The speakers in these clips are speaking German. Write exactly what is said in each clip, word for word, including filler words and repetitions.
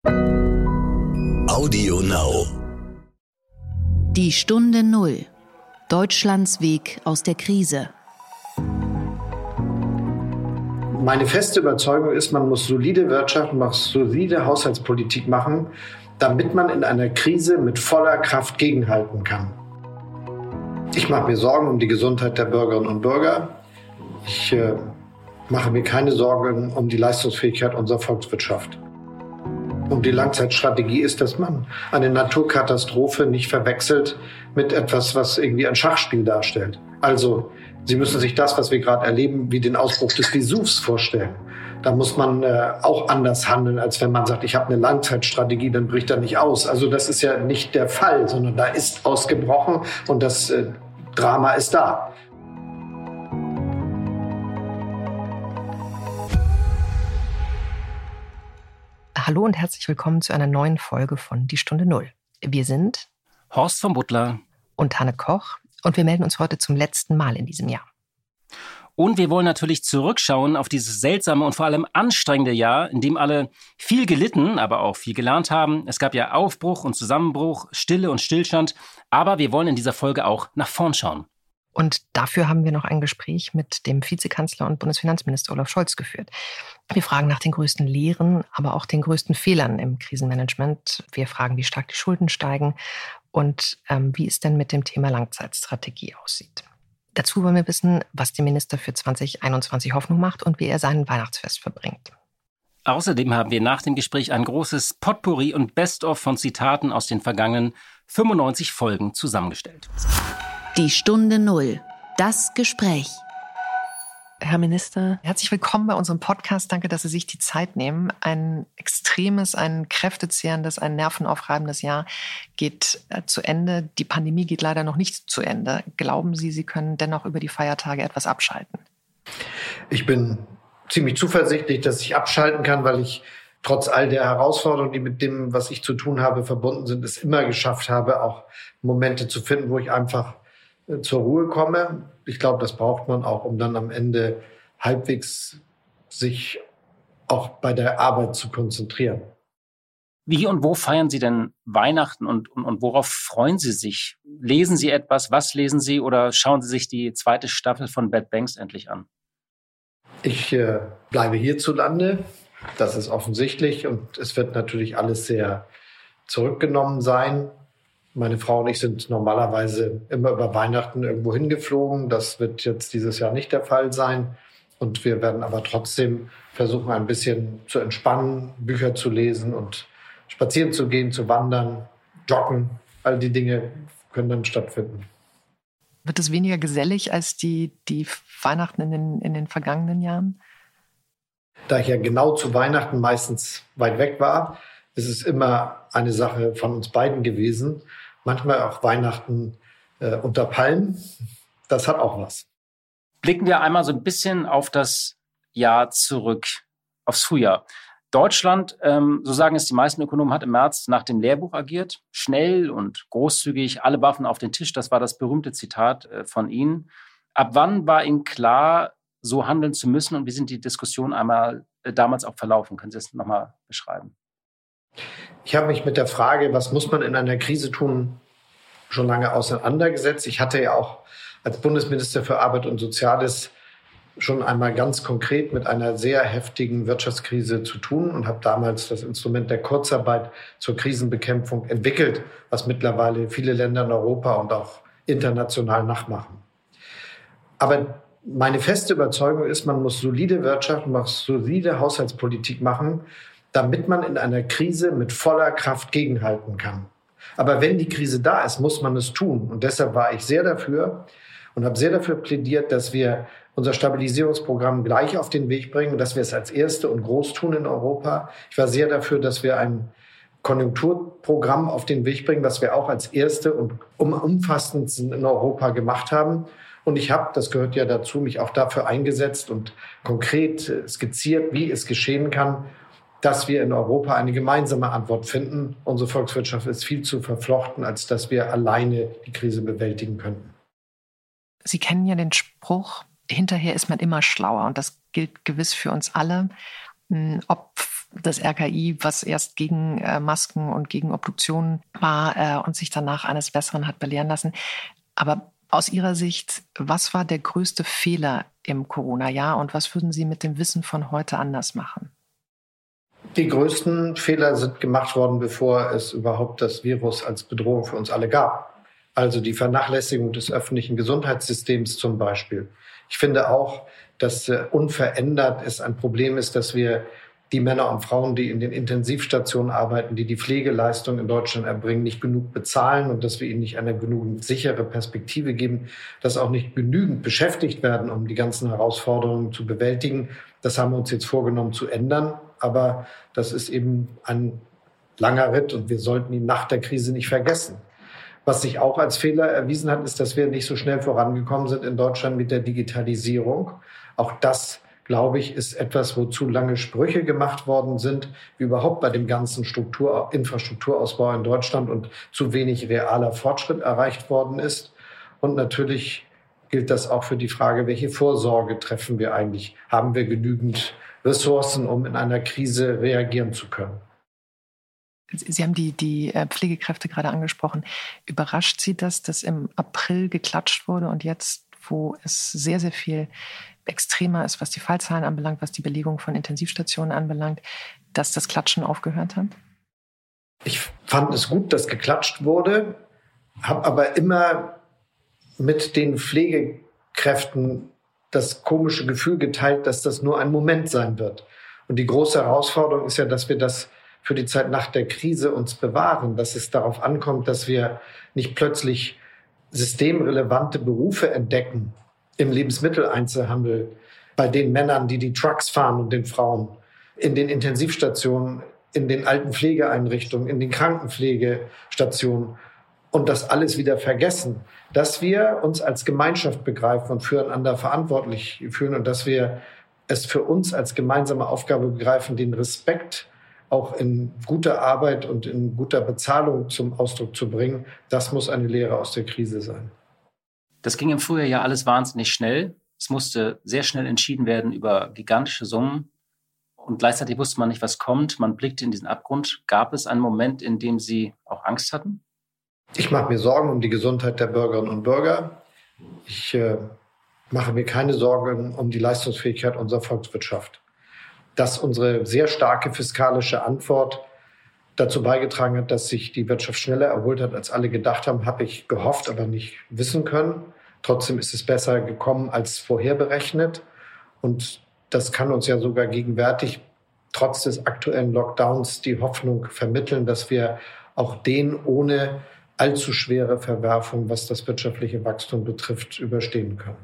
Audio Now. Die Stunde Null. Deutschlands Weg aus der Krise. Meine feste Überzeugung ist, man muss solide Wirtschaft, man muss solide Haushaltspolitik machen, damit man in einer Krise mit voller Kraft gegenhalten kann. Ich mache mir Sorgen um die Gesundheit der Bürgerinnen und Bürger. Ich äh, mache mir keine Sorgen um die Leistungsfähigkeit unserer Volkswirtschaft. Und die Langzeitstrategie ist, dass man eine Naturkatastrophe nicht verwechselt mit etwas, was irgendwie ein Schachspiel darstellt. Also, Sie müssen sich das, was wir gerade erleben, wie den Ausbruch des Vesuvs vorstellen. Da muss man äh, auch anders handeln, als wenn man sagt, ich habe eine Langzeitstrategie, dann bricht er nicht aus. Also das ist ja nicht der Fall, sondern da ist ausgebrochen und das äh, Drama ist da. Hallo und herzlich willkommen zu einer neuen Folge von Die Stunde Null. Wir sind Horst von Butler und Hanne Koch und wir melden uns heute zum letzten Mal in diesem Jahr. Und wir wollen natürlich zurückschauen auf dieses seltsame und vor allem anstrengende Jahr, in dem alle viel gelitten, aber auch viel gelernt haben. Es gab ja Aufbruch und Zusammenbruch, Stille und Stillstand, aber wir wollen in dieser Folge auch nach vorn schauen. Und dafür haben wir noch ein Gespräch mit dem Vizekanzler und Bundesfinanzminister Olaf Scholz geführt. Wir fragen nach den größten Lehren, aber auch den größten Fehlern im Krisenmanagement. Wir fragen, wie stark die Schulden steigen und ähm, wie es denn mit dem Thema Langzeitstrategie aussieht. Dazu wollen wir wissen, was der Minister für zwanzig einundzwanzig Hoffnung macht und wie er sein Weihnachtsfest verbringt. Außerdem haben wir nach dem Gespräch ein großes Potpourri und Best-of von Zitaten aus den vergangenen fünfundneunzig Folgen zusammengestellt. Die Stunde Null. Das Gespräch. Herr Minister, herzlich willkommen bei unserem Podcast. Danke, dass Sie sich die Zeit nehmen. Ein extremes, ein kräftezehrendes, ein nervenaufreibendes Jahr geht äh, zu Ende. Die Pandemie geht leider noch nicht zu Ende. Glauben Sie, Sie können dennoch über die Feiertage etwas abschalten? Ich bin ziemlich zuversichtlich, dass ich abschalten kann, weil ich trotz all der Herausforderungen, die mit dem, was ich zu tun habe, verbunden sind, es immer geschafft habe, auch Momente zu finden, wo ich einfach zur Ruhe komme. Ich glaube, das braucht man auch, um dann am Ende halbwegs sich auch bei der Arbeit zu konzentrieren. Wie und wo feiern Sie denn Weihnachten und, und, und worauf freuen Sie sich? Lesen Sie etwas? Was lesen Sie? Oder schauen Sie sich die zweite Staffel von Bad Banks endlich an? Ich äh, bleibe hierzulande. Das ist offensichtlich. Und es wird natürlich alles sehr zurückgenommen sein. Meine Frau und ich sind normalerweise immer über Weihnachten irgendwo hingeflogen. Das wird jetzt dieses Jahr nicht der Fall sein. Und wir werden aber trotzdem versuchen, ein bisschen zu entspannen, Bücher zu lesen und spazieren zu gehen, zu wandern, joggen. All die Dinge können dann stattfinden. Wird es weniger gesellig als die, die Weihnachten in den, in den vergangenen Jahren? Da ich ja genau zu Weihnachten meistens weit weg war, ist es immer eine Sache von uns beiden gewesen. Manchmal auch Weihnachten äh, unter Palmen. Das hat auch was. Blicken wir einmal so ein bisschen auf das Jahr zurück, aufs Frühjahr. Deutschland, ähm, so sagen es die meisten Ökonomen, hat im März nach dem Lehrbuch agiert. Schnell und großzügig, alle Waffen auf den Tisch. Das war das berühmte Zitat äh, von Ihnen. Ab wann war Ihnen klar, so handeln zu müssen? Und wie sind die Diskussionen einmal äh, damals auch verlaufen? Können Sie das nochmal beschreiben? Ich habe mich mit der Frage, was muss man in einer Krise tun, schon lange auseinandergesetzt. Ich hatte ja auch als Bundesminister für Arbeit und Soziales schon einmal ganz konkret mit einer sehr heftigen Wirtschaftskrise zu tun und habe damals das Instrument der Kurzarbeit zur Krisenbekämpfung entwickelt, was mittlerweile viele Länder in Europa und auch international nachmachen. Aber meine feste Überzeugung ist, man muss solide Wirtschaft, man muss solide Haushaltspolitik machen, damit man in einer Krise mit voller Kraft gegenhalten kann. Aber wenn die Krise da ist, muss man es tun. Und deshalb war ich sehr dafür und habe sehr dafür plädiert, dass wir unser Stabilisierungsprogramm gleich auf den Weg bringen, dass wir es als Erste und groß tun in Europa. Ich war sehr dafür, dass wir ein Konjunkturprogramm auf den Weg bringen, das wir auch als Erste und am umfassendsten in Europa gemacht haben. Und ich habe, das gehört ja dazu, mich auch dafür eingesetzt und konkret skizziert, wie es geschehen kann, dass wir in Europa eine gemeinsame Antwort finden. Unsere Volkswirtschaft ist viel zu verflochten, als dass wir alleine die Krise bewältigen könnten. Sie kennen ja den Spruch, hinterher ist man immer schlauer. Und das gilt gewiss für uns alle. Ob das R K I, was erst gegen äh, Masken und gegen Obduktionen war äh, und sich danach eines Besseren hat belehren lassen. Aber aus Ihrer Sicht, was war der größte Fehler im Corona-Jahr und was würden Sie mit dem Wissen von heute anders machen? Die größten Fehler sind gemacht worden, bevor es überhaupt das Virus als Bedrohung für uns alle gab. Also die Vernachlässigung des öffentlichen Gesundheitssystems zum Beispiel. Ich finde auch, dass äh, unverändert es ein Problem ist, dass wir die Männer und Frauen, die in den Intensivstationen arbeiten, die die Pflegeleistung in Deutschland erbringen, nicht genug bezahlen und dass wir ihnen nicht eine genügend sichere Perspektive geben, dass auch nicht genügend beschäftigt werden, um die ganzen Herausforderungen zu bewältigen. Das haben wir uns jetzt vorgenommen zu ändern, aber das ist eben ein langer Ritt und wir sollten ihn nach der Krise nicht vergessen. Was sich auch als Fehler erwiesen hat, ist, dass wir nicht so schnell vorangekommen sind in Deutschland mit der Digitalisierung. Auch das, glaube ich, ist etwas, wo zu lange Sprüche gemacht worden sind, wie überhaupt bei dem ganzen Struktur, Infrastrukturausbau in Deutschland und zu wenig realer Fortschritt erreicht worden ist. Und natürlich gilt das auch für die Frage, welche Vorsorge treffen wir eigentlich? Haben wir genügend Ressourcen, um in einer Krise reagieren zu können? Sie haben die, die Pflegekräfte gerade angesprochen. Überrascht Sie das, dass im April geklatscht wurde und jetzt, wo es sehr, sehr viel extremer ist, was die Fallzahlen anbelangt, was die Belegung von Intensivstationen anbelangt, dass das Klatschen aufgehört hat? Ich fand es gut, dass geklatscht wurde, habe aber immer mit den Pflegekräften das komische Gefühl geteilt, dass das nur ein Moment sein wird. Und die große Herausforderung ist ja, dass wir das für die Zeit nach der Krise uns bewahren, dass es darauf ankommt, dass wir nicht plötzlich systemrelevante Berufe entdecken im Lebensmitteleinzelhandel, bei den Männern, die die Trucks fahren und den Frauen, in den Intensivstationen, in den Altenpflegeeinrichtungen, in den Krankenpflegestationen und das alles wieder vergessen, dass wir uns als Gemeinschaft begreifen und füreinander verantwortlich fühlen und dass wir es für uns als gemeinsame Aufgabe begreifen, den Respekt auch in guter Arbeit und in guter Bezahlung zum Ausdruck zu bringen. Das muss eine Lehre aus der Krise sein. Das ging im Frühjahr ja alles wahnsinnig schnell. Es musste sehr schnell entschieden werden über gigantische Summen. Und gleichzeitig wusste man nicht, was kommt. Man blickte in diesen Abgrund. Gab es einen Moment, in dem Sie auch Angst hatten? Ich mache mir Sorgen um die Gesundheit der Bürgerinnen und Bürger. Ich äh, mache mir keine Sorgen um die Leistungsfähigkeit unserer Volkswirtschaft. Dass unsere sehr starke fiskalische Antwort dazu beigetragen hat, dass sich die Wirtschaft schneller erholt hat, als alle gedacht haben, habe ich gehofft, aber nicht wissen können. Trotzdem ist es besser gekommen als vorher berechnet. Und das kann uns ja sogar gegenwärtig trotz des aktuellen Lockdowns die Hoffnung vermitteln, dass wir auch den ohne allzu schwere Verwerfung, was das wirtschaftliche Wachstum betrifft, überstehen können.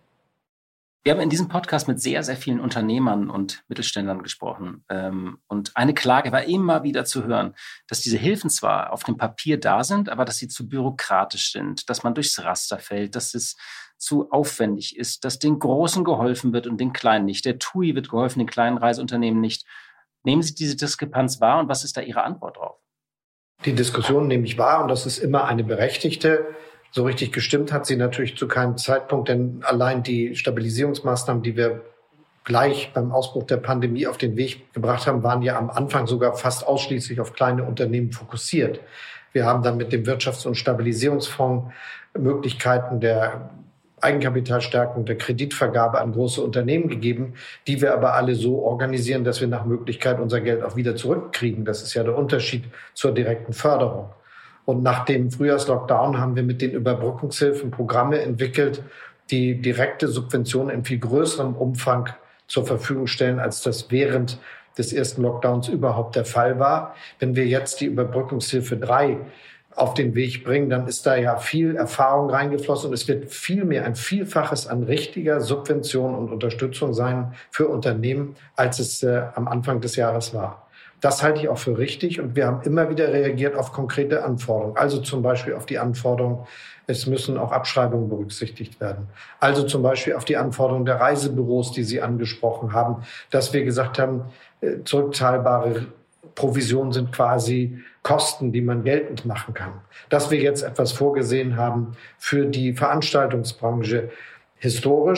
Wir haben in diesem Podcast mit sehr, sehr vielen Unternehmern und Mittelständlern gesprochen. Und eine Klage war immer wieder zu hören, dass diese Hilfen zwar auf dem Papier da sind, aber dass sie zu bürokratisch sind, dass man durchs Raster fällt, dass es zu aufwendig ist, dass den Großen geholfen wird und den Kleinen nicht. Der T U I wird geholfen, den kleinen Reiseunternehmen nicht. Nehmen Sie diese Diskrepanz wahr und was ist da Ihre Antwort drauf? Die Diskussion nehme ich wahr und das ist immer eine berechtigte. So richtig gestimmt hat sie natürlich zu keinem Zeitpunkt, denn allein die Stabilisierungsmaßnahmen, die wir gleich beim Ausbruch der Pandemie auf den Weg gebracht haben, waren ja am Anfang sogar fast ausschließlich auf kleine Unternehmen fokussiert. Wir haben dann mit dem Wirtschafts- und Stabilisierungsfonds Möglichkeiten der Eigenkapitalstärkung, der Kreditvergabe an große Unternehmen gegeben, die wir aber alle so organisieren, dass wir nach Möglichkeit unser Geld auch wieder zurückkriegen. Das ist ja der Unterschied zur direkten Förderung. Und nach dem Frühjahrslockdown haben wir mit den Überbrückungshilfen Programme entwickelt, die direkte Subventionen in viel größerem Umfang zur Verfügung stellen, als das während des ersten Lockdowns überhaupt der Fall war. Wenn wir jetzt die Überbrückungshilfe drei auf den Weg bringen, dann ist da ja viel Erfahrung reingeflossen und es wird viel mehr, ein Vielfaches an richtiger Subvention und Unterstützung sein für Unternehmen, als es äh, am Anfang des Jahres war. Das halte ich auch für richtig und wir haben immer wieder reagiert auf konkrete Anforderungen. Also zum Beispiel auf die Anforderung, es müssen auch Abschreibungen berücksichtigt werden. Also zum Beispiel auf die Anforderung der Reisebüros, die Sie angesprochen haben, dass wir gesagt haben, zurückzahlbare Provisionen sind quasi Kosten, die man geltend machen kann. Dass wir jetzt etwas vorgesehen haben für die Veranstaltungsbranche. Historisch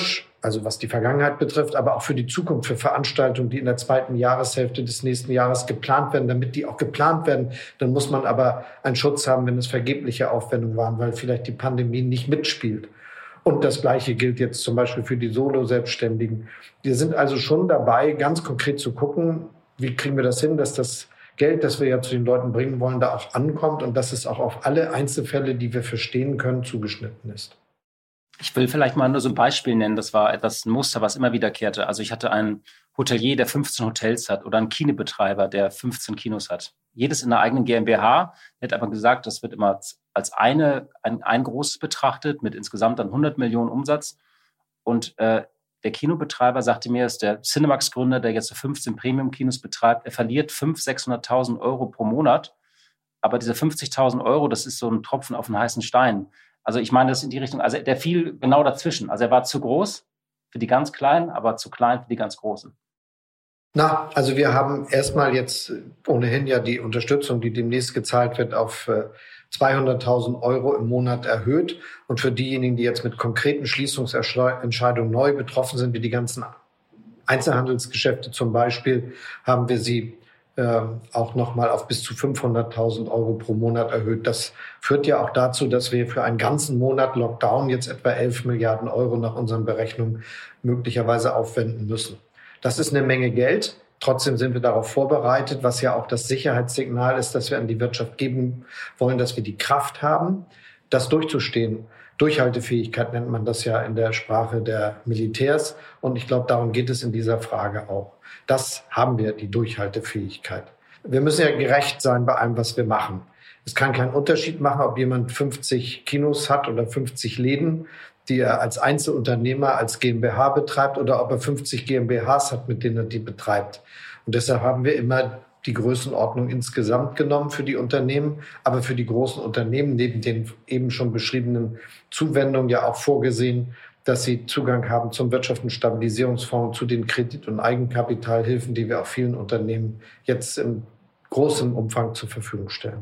also was die Vergangenheit betrifft, aber auch für die Zukunft, für Veranstaltungen, die in der zweiten Jahreshälfte des nächsten Jahres geplant werden, damit die auch geplant werden. Dann muss man aber einen Schutz haben, wenn es vergebliche Aufwendungen waren, weil vielleicht die Pandemie nicht mitspielt. Und das Gleiche gilt jetzt zum Beispiel für die Solo-Selbstständigen. Wir sind also schon dabei, ganz konkret zu gucken, wie kriegen wir das hin, dass das Geld, das wir ja zu den Leuten bringen wollen, da auch ankommt und dass es auch auf alle Einzelfälle, die wir verstehen können, zugeschnitten ist. Ich will vielleicht mal nur so ein Beispiel nennen. Das war etwas ein Muster, was immer wiederkehrte. Also ich hatte einen Hotelier, der fünfzehn Hotels hat, oder einen Kinobetreiber, der fünfzehn Kinos hat. Jedes in einer eigenen GmbH. Der hat aber gesagt, das wird immer als eine, ein, ein großes betrachtet mit insgesamt dann hundert Millionen Umsatz. Und äh, der Kinobetreiber sagte mir, ist der Cinemax-Gründer, der jetzt so fünfzehn Premium-Kinos betreibt, er verliert fünfhunderttausend, sechshunderttausend Euro pro Monat. Aber diese fünfzigtausend Euro, das ist so ein Tropfen auf einen heißen Stein. Also ich meine, das in die Richtung, also der fiel genau dazwischen. Also er war zu groß für die ganz Kleinen, aber zu klein für die ganz Großen. Na, also wir haben erstmal jetzt ohnehin ja die Unterstützung, die demnächst gezahlt wird, auf zweihunderttausend Euro im Monat erhöht. Und für diejenigen, die jetzt mit konkreten Schließungsentscheidungen neu betroffen sind, wie die ganzen Einzelhandelsgeschäfte zum Beispiel, haben wir sie äh, auch nochmal auf bis zu fünfhunderttausend Euro pro Monat erhöht. Das führt ja auch dazu, dass wir für einen ganzen Monat Lockdown jetzt etwa elf Milliarden Euro nach unseren Berechnungen möglicherweise aufwenden müssen. Das ist eine Menge Geld. Trotzdem sind wir darauf vorbereitet, was ja auch das Sicherheitssignal ist, dass wir an die Wirtschaft geben wollen, dass wir die Kraft haben, das durchzustehen. Durchhaltefähigkeit nennt man das ja in der Sprache der Militärs. Und ich glaube, darum geht es in dieser Frage auch. Das haben wir, die Durchhaltefähigkeit. Wir müssen ja gerecht sein bei allem, was wir machen. Es kann keinen Unterschied machen, ob jemand fünfzig Kinos hat oder fünfzig Läden, die er als Einzelunternehmer, als GmbH betreibt, oder ob er fünfzig GmbHs hat, mit denen er die betreibt. Und deshalb haben wir immer die Größenordnung insgesamt genommen für die Unternehmen, aber für die großen Unternehmen neben den eben schon beschriebenen Zuwendungen ja auch vorgesehen, dass sie Zugang haben zum Wirtschafts- und Stabilisierungsfonds, zu den Kredit- und Eigenkapitalhilfen, die wir auch vielen Unternehmen jetzt in großem Umfang zur Verfügung stellen.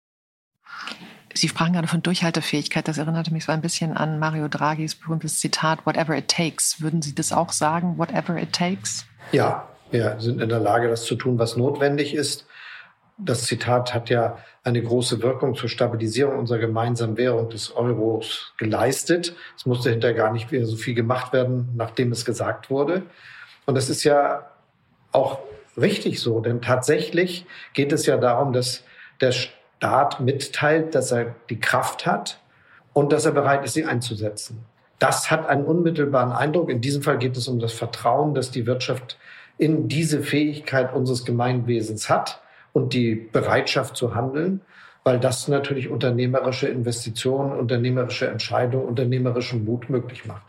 Sie sprachen gerade von Durchhaltefähigkeit. Das erinnerte mich so ein bisschen an Mario Draghis berühmtes Zitat, whatever it takes. Würden Sie das auch sagen, whatever it takes? Ja, wir sind in der Lage, das zu tun, was notwendig ist. Das Zitat hat ja eine große Wirkung zur Stabilisierung unserer gemeinsamen Währung des Euros geleistet. Es musste hinterher gar nicht wieder so viel gemacht werden, nachdem es gesagt wurde. Und das ist ja auch richtig so, denn tatsächlich geht es ja darum, dass der Staat mitteilt, dass er die Kraft hat und dass er bereit ist, sie einzusetzen. Das hat einen unmittelbaren Eindruck. In diesem Fall geht es um das Vertrauen, das die Wirtschaft in diese Fähigkeit unseres Gemeinwesens hat und die Bereitschaft zu handeln, weil das natürlich unternehmerische Investitionen, unternehmerische Entscheidungen, unternehmerischen Mut möglich macht.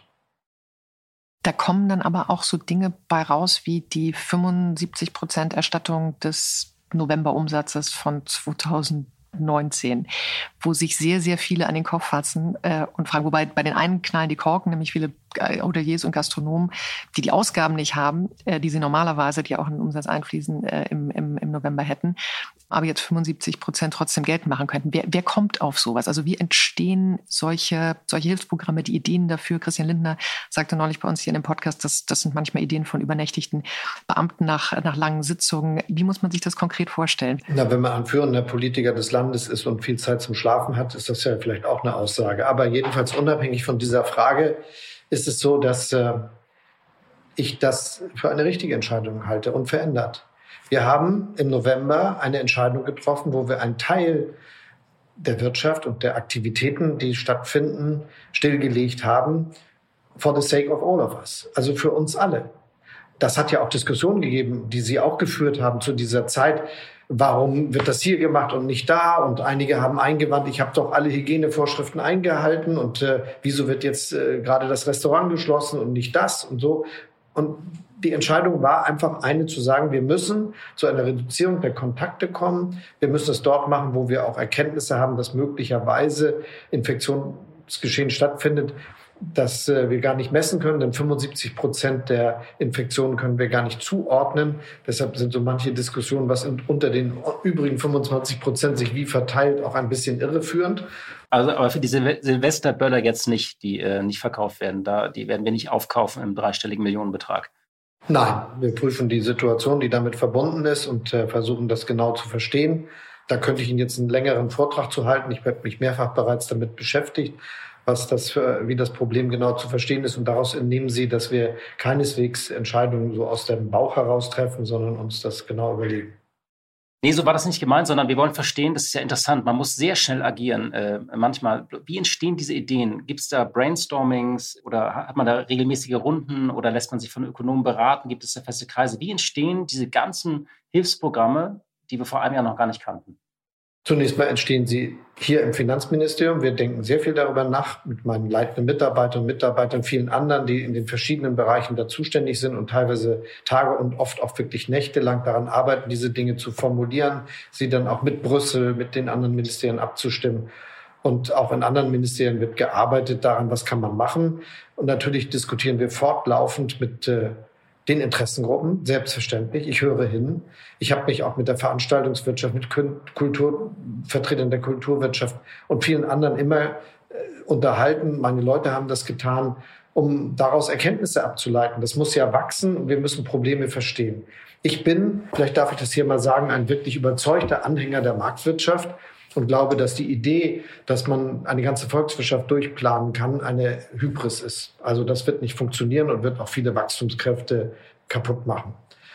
Da kommen dann aber auch so Dinge bei raus wie die fünfundsiebzig Prozent Erstattung des Novemberumsatzes von zweitausendneunzehn, wo sich sehr, sehr viele an den Kopf fassen äh, und fragen, wobei bei den einen knallen die Korken, nämlich viele Hoteliers und Gastronomen, die die Ausgaben nicht haben, äh, die sie normalerweise, die auch in den Umsatz einfließen, äh, im, im, im November hätten, aber jetzt fünfundsiebzig Prozent trotzdem Geld machen könnten. Wer, wer kommt auf sowas? Also wie entstehen solche, solche Hilfsprogramme, die Ideen dafür? Christian Lindner sagte neulich bei uns hier in dem Podcast, dass das sind manchmal Ideen von übernächtigten Beamten nach, nach langen Sitzungen. Wie muss man sich das konkret vorstellen? Na, wenn man ein führender Politiker des Landes ist und viel Zeit zum Schlafen hat, ist das ja vielleicht auch eine Aussage. Aber jedenfalls unabhängig von dieser Frage ist es so, dass äh, ich das für eine richtige Entscheidung halte, unverändert. Wir haben im November eine Entscheidung getroffen, wo wir einen Teil der Wirtschaft und der Aktivitäten, die stattfinden, stillgelegt haben, for the sake of all of us, also für uns alle. Das hat ja auch Diskussionen gegeben, die Sie auch geführt haben zu dieser Zeit. Warum wird das hier gemacht und nicht da? Und einige haben eingewandt, ich habe doch alle Hygienevorschriften eingehalten und äh, wieso wird jetzt äh, gerade das Restaurant geschlossen und nicht das und so. Und die Entscheidung war einfach eine zu sagen, wir müssen zu einer Reduzierung der Kontakte kommen. Wir müssen es dort machen, wo wir auch Erkenntnisse haben, dass möglicherweise Infektionsgeschehen stattfindet. das wir gar nicht messen können, denn fünfundsiebzig Prozent der Infektionen können wir gar nicht zuordnen. Deshalb sind so manche Diskussionen, was unter den übrigen fünfundzwanzig Prozent sich wie verteilt, auch ein bisschen irreführend. Also, aber für die Sil- Silvesterböller jetzt nicht, die äh, nicht verkauft werden, da, die werden wir nicht aufkaufen im dreistelligen Millionenbetrag. Nein, wir prüfen die Situation, die damit verbunden ist und äh, versuchen, das genau zu verstehen. Da könnte ich Ihnen jetzt einen längeren Vortrag zu halten. Ich habe mich mehrfach bereits damit beschäftigt, was das für, wie das Problem genau zu verstehen ist. Und daraus entnehmen Sie, dass wir keineswegs Entscheidungen so aus dem Bauch heraus treffen, sondern uns das genau überlegen. Nee, so war das nicht gemeint, sondern wir wollen verstehen, das ist ja interessant, man muss sehr schnell agieren. Äh, manchmal, wie entstehen diese Ideen? Gibt es da Brainstormings oder hat man da regelmäßige Runden oder lässt man sich von Ökonomen beraten? Gibt es da feste Kreise? Wie entstehen diese ganzen Hilfsprogramme, die wir vor einem Jahr noch gar nicht kannten? Zunächst mal entstehen sie hier im Finanzministerium. Wir denken sehr viel darüber nach, mit meinen leitenden Mitarbeitern und Mitarbeitern, vielen anderen, die in den verschiedenen Bereichen da zuständig sind und teilweise Tage und oft auch wirklich nächtelang daran arbeiten, diese Dinge zu formulieren, sie dann auch mit Brüssel, mit den anderen Ministerien abzustimmen. Und auch in anderen Ministerien wird gearbeitet daran, was kann man machen. Und natürlich diskutieren wir fortlaufend mit äh, den Interessengruppen, selbstverständlich. Ich höre hin. Ich habe mich auch mit der Veranstaltungswirtschaft, mit Kultur, Vertretern der Kulturwirtschaft und vielen anderen immer äh, unterhalten. Meine Leute haben das getan, um daraus Erkenntnisse abzuleiten. Das muss ja wachsen und wir müssen Probleme verstehen. Ich bin, vielleicht darf ich das hier mal sagen, ein wirklich überzeugter Anhänger der Marktwirtschaft und glaube, dass die Idee, dass man eine ganze Volkswirtschaft durchplanen kann, eine Hybris ist. Also das wird nicht funktionieren und wird auch viele Wachstumskräfte kaputt machen.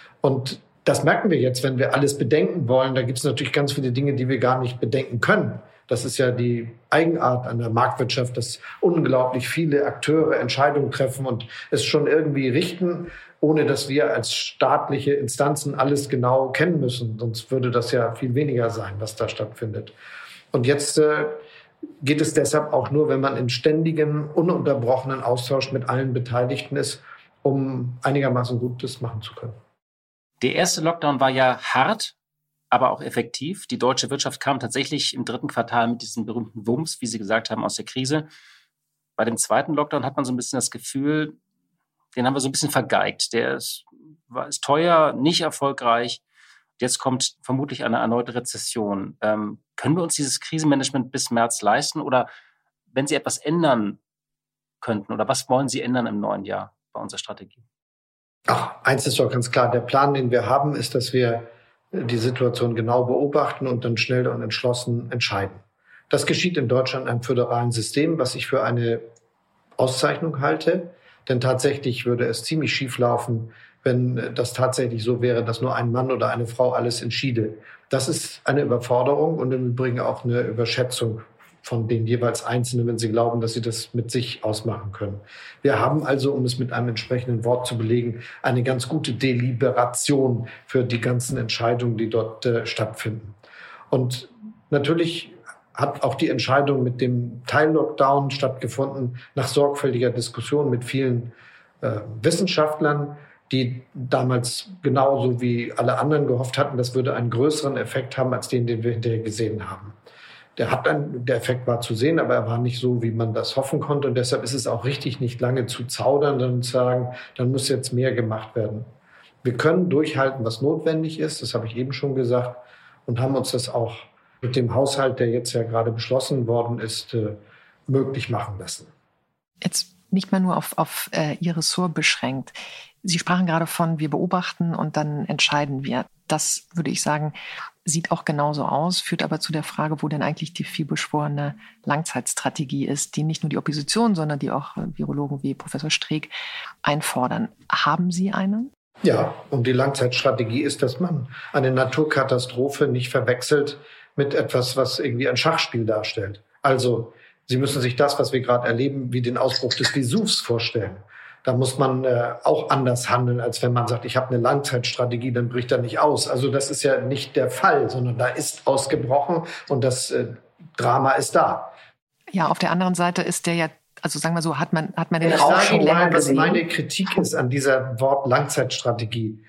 Und das merken wir jetzt, wenn wir alles bedenken wollen. Da gibt es natürlich ganz viele Dinge, die wir gar nicht bedenken können. Das ist ja die Eigenart an der Marktwirtschaft, dass unglaublich viele Akteure Entscheidungen treffen und es schon irgendwie richten, ohne dass wir als staatliche Instanzen alles genau kennen müssen. Sonst würde das ja viel weniger sein, was da stattfindet. Und jetzt äh, geht es deshalb auch nur, wenn man in ständigem, ununterbrochenen Austausch mit allen Beteiligten ist, um einigermaßen Gutes machen zu können. Der erste Lockdown war ja hart, aber auch effektiv. Die deutsche Wirtschaft kam tatsächlich im dritten Quartal mit diesem berühmten Wumms, wie Sie gesagt haben, aus der Krise. Bei dem zweiten Lockdown hat man so ein bisschen das Gefühl, den haben wir so ein bisschen vergeigt. Der ist, war, ist teuer, nicht erfolgreich. Jetzt kommt vermutlich eine erneute Rezession. Ähm, können wir uns dieses Krisenmanagement bis März leisten? Oder wenn Sie etwas ändern könnten, oder was wollen Sie ändern im neuen Jahr bei unserer Strategie? Ach, eins ist doch ganz klar. Der Plan, den wir haben, ist, dass wir die Situation genau beobachten und dann schnell und entschlossen entscheiden. Das geschieht in Deutschland in einem föderalen System, was ich für eine Auszeichnung halte. Denn tatsächlich würde es ziemlich schief laufen, wenn das tatsächlich so wäre, dass nur ein Mann oder eine Frau alles entschiede. Das ist eine Überforderung und im Übrigen auch eine Überschätzung von den jeweils Einzelnen, wenn sie glauben, dass sie das mit sich ausmachen können. Wir haben also, um es mit einem entsprechenden Wort zu belegen, eine ganz gute Deliberation für die ganzen Entscheidungen, die dort äh, stattfinden. Und natürlich hat auch die Entscheidung mit dem Teil-Lockdown stattgefunden, nach sorgfältiger Diskussion mit vielen äh, Wissenschaftlern, die damals genauso wie alle anderen gehofft hatten, das würde einen größeren Effekt haben als den, den wir hinterher gesehen haben. Der, hat ein, der Effekt war zu sehen, aber er war nicht so, wie man das hoffen konnte. Und deshalb ist es auch richtig, nicht lange zu zaudern und zu sagen, dann muss jetzt mehr gemacht werden. Wir können durchhalten, was notwendig ist, das habe ich eben schon gesagt, und haben uns das auch mit dem Haushalt, der jetzt ja gerade beschlossen worden ist, äh, möglich machen lassen. Jetzt nicht mehr nur auf, auf äh, Ihr Ressort beschränkt. Sie sprachen gerade von, wir beobachten und dann entscheiden wir. Das, würde ich sagen, sieht auch genauso aus, führt aber zu der Frage, wo denn eigentlich die vielbeschworene Langzeitstrategie ist, die nicht nur die Opposition, sondern die auch Virologen wie Professor Streeck einfordern. Haben Sie eine? Ja, und die Langzeitstrategie ist, dass man eine Naturkatastrophe nicht verwechselt mit etwas, was irgendwie ein Schachspiel darstellt. Also, Sie müssen sich das, was wir gerade erleben, wie den Ausbruch des Vesuvs vorstellen. Da muss man äh, auch anders handeln, als wenn man sagt, ich habe eine Langzeitstrategie, dann bricht er nicht aus. Also das ist ja nicht der Fall, sondern da ist ausgebrochen und das äh, Drama ist da. Ja, auf der anderen Seite ist der ja, also sagen wir so, hat man, hat man den ich auch sage schon länger mal, was gesehen. meine Kritik ist an dieser Wort Langzeitstrategie.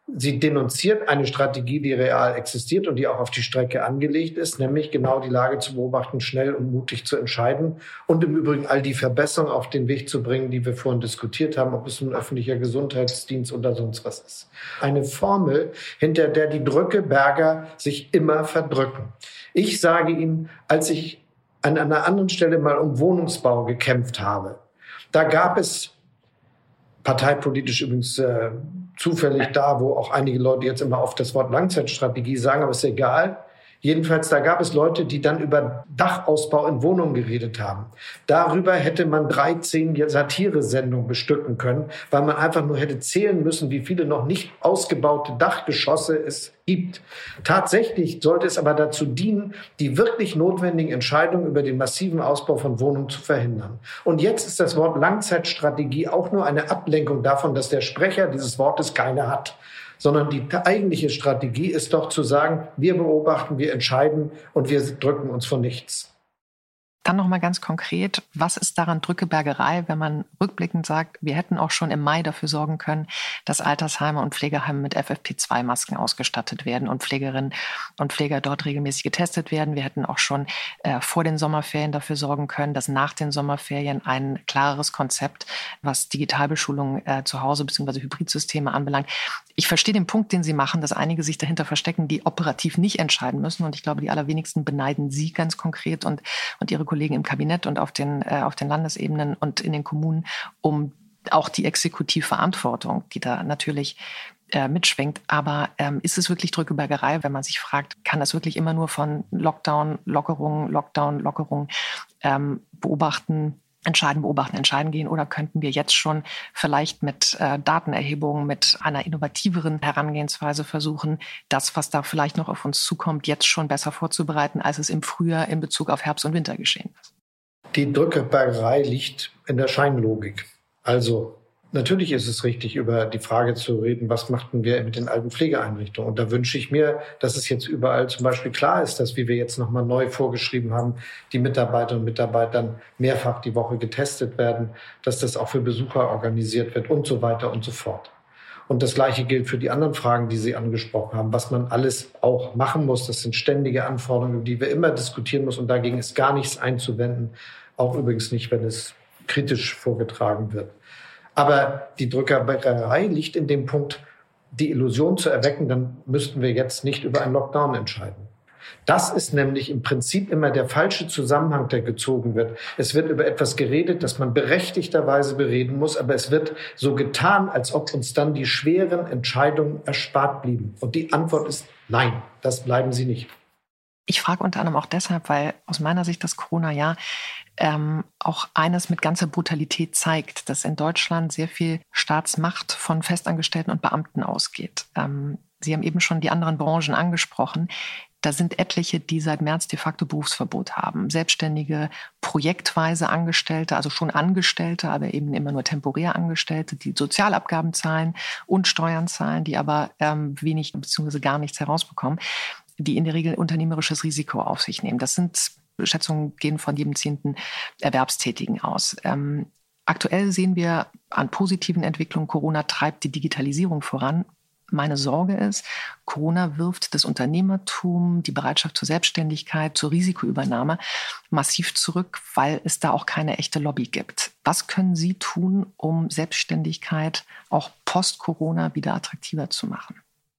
Sie denunziert eine Strategie, die real existiert und die auch auf die Strecke angelegt ist, nämlich genau die Lage zu beobachten, schnell und mutig zu entscheiden und im Übrigen all die Verbesserungen auf den Weg zu bringen, die wir vorhin diskutiert haben, ob es nun öffentlicher Gesundheitsdienst oder sonst was ist. Eine Formel, hinter der die Drückeberger sich immer verdrücken. Ich sage Ihnen, als ich an einer anderen Stelle mal um Wohnungsbau gekämpft habe, da gab es parteipolitisch übrigens äh, zufällig da, wo auch einige Leute jetzt immer auf das Wort Langzeitstrategie sagen, aber ist egal. Jedenfalls, da gab es Leute, die dann über Dachausbau in Wohnungen geredet haben. Darüber hätte man dreizehn Satire-Sendungen bestücken können, weil man einfach nur hätte zählen müssen, wie viele noch nicht ausgebaute Dachgeschosse es gibt. Tatsächlich sollte es aber dazu dienen, die wirklich notwendigen Entscheidungen über den massiven Ausbau von Wohnungen zu verhindern. Und jetzt ist das Wort Langzeitstrategie auch nur eine Ablenkung davon, dass der Sprecher dieses Wortes keine hat. Sondern die eigentliche Strategie ist doch zu sagen, wir beobachten, wir entscheiden und wir drücken uns vor nichts. Dann noch mal ganz konkret, was ist daran Drückebergerei, wenn man rückblickend sagt, wir hätten auch schon im Mai dafür sorgen können, dass Altersheime und Pflegeheime mit F F P zwei Masken ausgestattet werden und Pflegerinnen und Pfleger dort regelmäßig getestet werden. Wir hätten auch schon äh, vor den Sommerferien dafür sorgen können, dass nach den Sommerferien ein klareres Konzept, was Digitalbeschulung äh, zu Hause bzw. Hybridsysteme anbelangt. Ich verstehe den Punkt, den Sie machen, dass einige sich dahinter verstecken, die operativ nicht entscheiden müssen. Und ich glaube, die allerwenigsten beneiden Sie ganz konkret und, und Ihre Kollegen im Kabinett und auf den, äh, auf den Landesebenen und in den Kommunen um auch die Exekutivverantwortung, die da natürlich äh, mitschwingt. Aber ähm, ist es wirklich Drückebergerei, wenn man sich fragt, kann das wirklich immer nur von Lockdown, Lockerung, Lockdown, Lockerung ähm, beobachten, entscheiden, beobachten, entscheiden gehen? Oder könnten wir jetzt schon vielleicht mit äh, Datenerhebungen, mit einer innovativeren Herangehensweise versuchen, das, was da vielleicht noch auf uns zukommt, jetzt schon besser vorzubereiten, als es im Frühjahr in Bezug auf Herbst und Winter geschehen ist? Die Drückebergerei liegt in der Scheinlogik. Also natürlich ist es richtig, über die Frage zu reden, was machten wir mit den alten Pflegeeinrichtungen. Und da wünsche ich mir, dass es jetzt überall zum Beispiel klar ist, dass, wie wir jetzt nochmal neu vorgeschrieben haben, die Mitarbeiterinnen und Mitarbeiter mehrfach die Woche getestet werden, dass das auch für Besucher organisiert wird und so weiter und so fort. Und das Gleiche gilt für die anderen Fragen, die Sie angesprochen haben, was man alles auch machen muss. Das sind ständige Anforderungen, über die wir immer diskutieren müssen. Und dagegen ist gar nichts einzuwenden, auch übrigens nicht, wenn es kritisch vorgetragen wird. Aber die Drückebergerei liegt in dem Punkt, die Illusion zu erwecken, dann müssten wir jetzt nicht über einen Lockdown entscheiden. Das ist nämlich im Prinzip immer der falsche Zusammenhang, der gezogen wird. Es wird über etwas geredet, das man berechtigterweise bereden muss, aber es wird so getan, als ob uns dann die schweren Entscheidungen erspart blieben. Und die Antwort ist nein, das bleiben sie nicht. Ich frage unter anderem auch deshalb, weil aus meiner Sicht das Corona-Jahr ähm, auch eines mit ganzer Brutalität zeigt, dass in Deutschland sehr viel Staatsmacht von Festangestellten und Beamten ausgeht. Ähm, Sie haben eben schon die anderen Branchen angesprochen. Da sind etliche, die seit März de facto Berufsverbot haben. Selbstständige, projektweise Angestellte, also schon Angestellte, aber eben immer nur temporär Angestellte, die Sozialabgaben zahlen und Steuern zahlen, die aber ähm, wenig bzw. gar nichts herausbekommen, die in der Regel unternehmerisches Risiko auf sich nehmen. Das sind Schätzungen, gehen von jedem zehnten Erwerbstätigen aus. Ähm, aktuell sehen wir an positiven Entwicklungen, Corona treibt die Digitalisierung voran. Meine Sorge ist, Corona wirft das Unternehmertum, die Bereitschaft zur Selbstständigkeit, zur Risikoübernahme massiv zurück, weil es da auch keine echte Lobby gibt. Was können Sie tun, um Selbstständigkeit auch post-Corona wieder attraktiver zu machen?